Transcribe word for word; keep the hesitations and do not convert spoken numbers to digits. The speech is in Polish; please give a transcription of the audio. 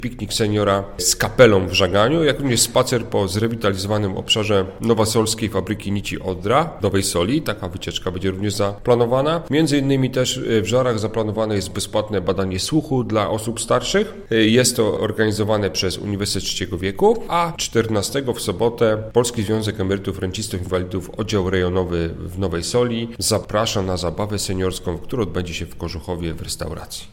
piknik seniora z kapelą w Żaganiu, jak również spacer po zrewitalizowanym obszarze nowosolskiej fabryki nici Odra, Nowej Soli. Taka wycieczka będzie również zaplanowana. Między innymi też w Żarach zaplanowane jest bezpłatne badanie słuchu dla osób starszych. Jest to organizowane przez Uniwersytet Trzeciego Wieku, a czternastego w sobotę Polski Związek Emerytów, Rencistów, Inwalidów, oddział rejonowy w Nowej Soli zaprasza na zabawę seniorską, która odbędzie się w Kożuchowie w restauracji.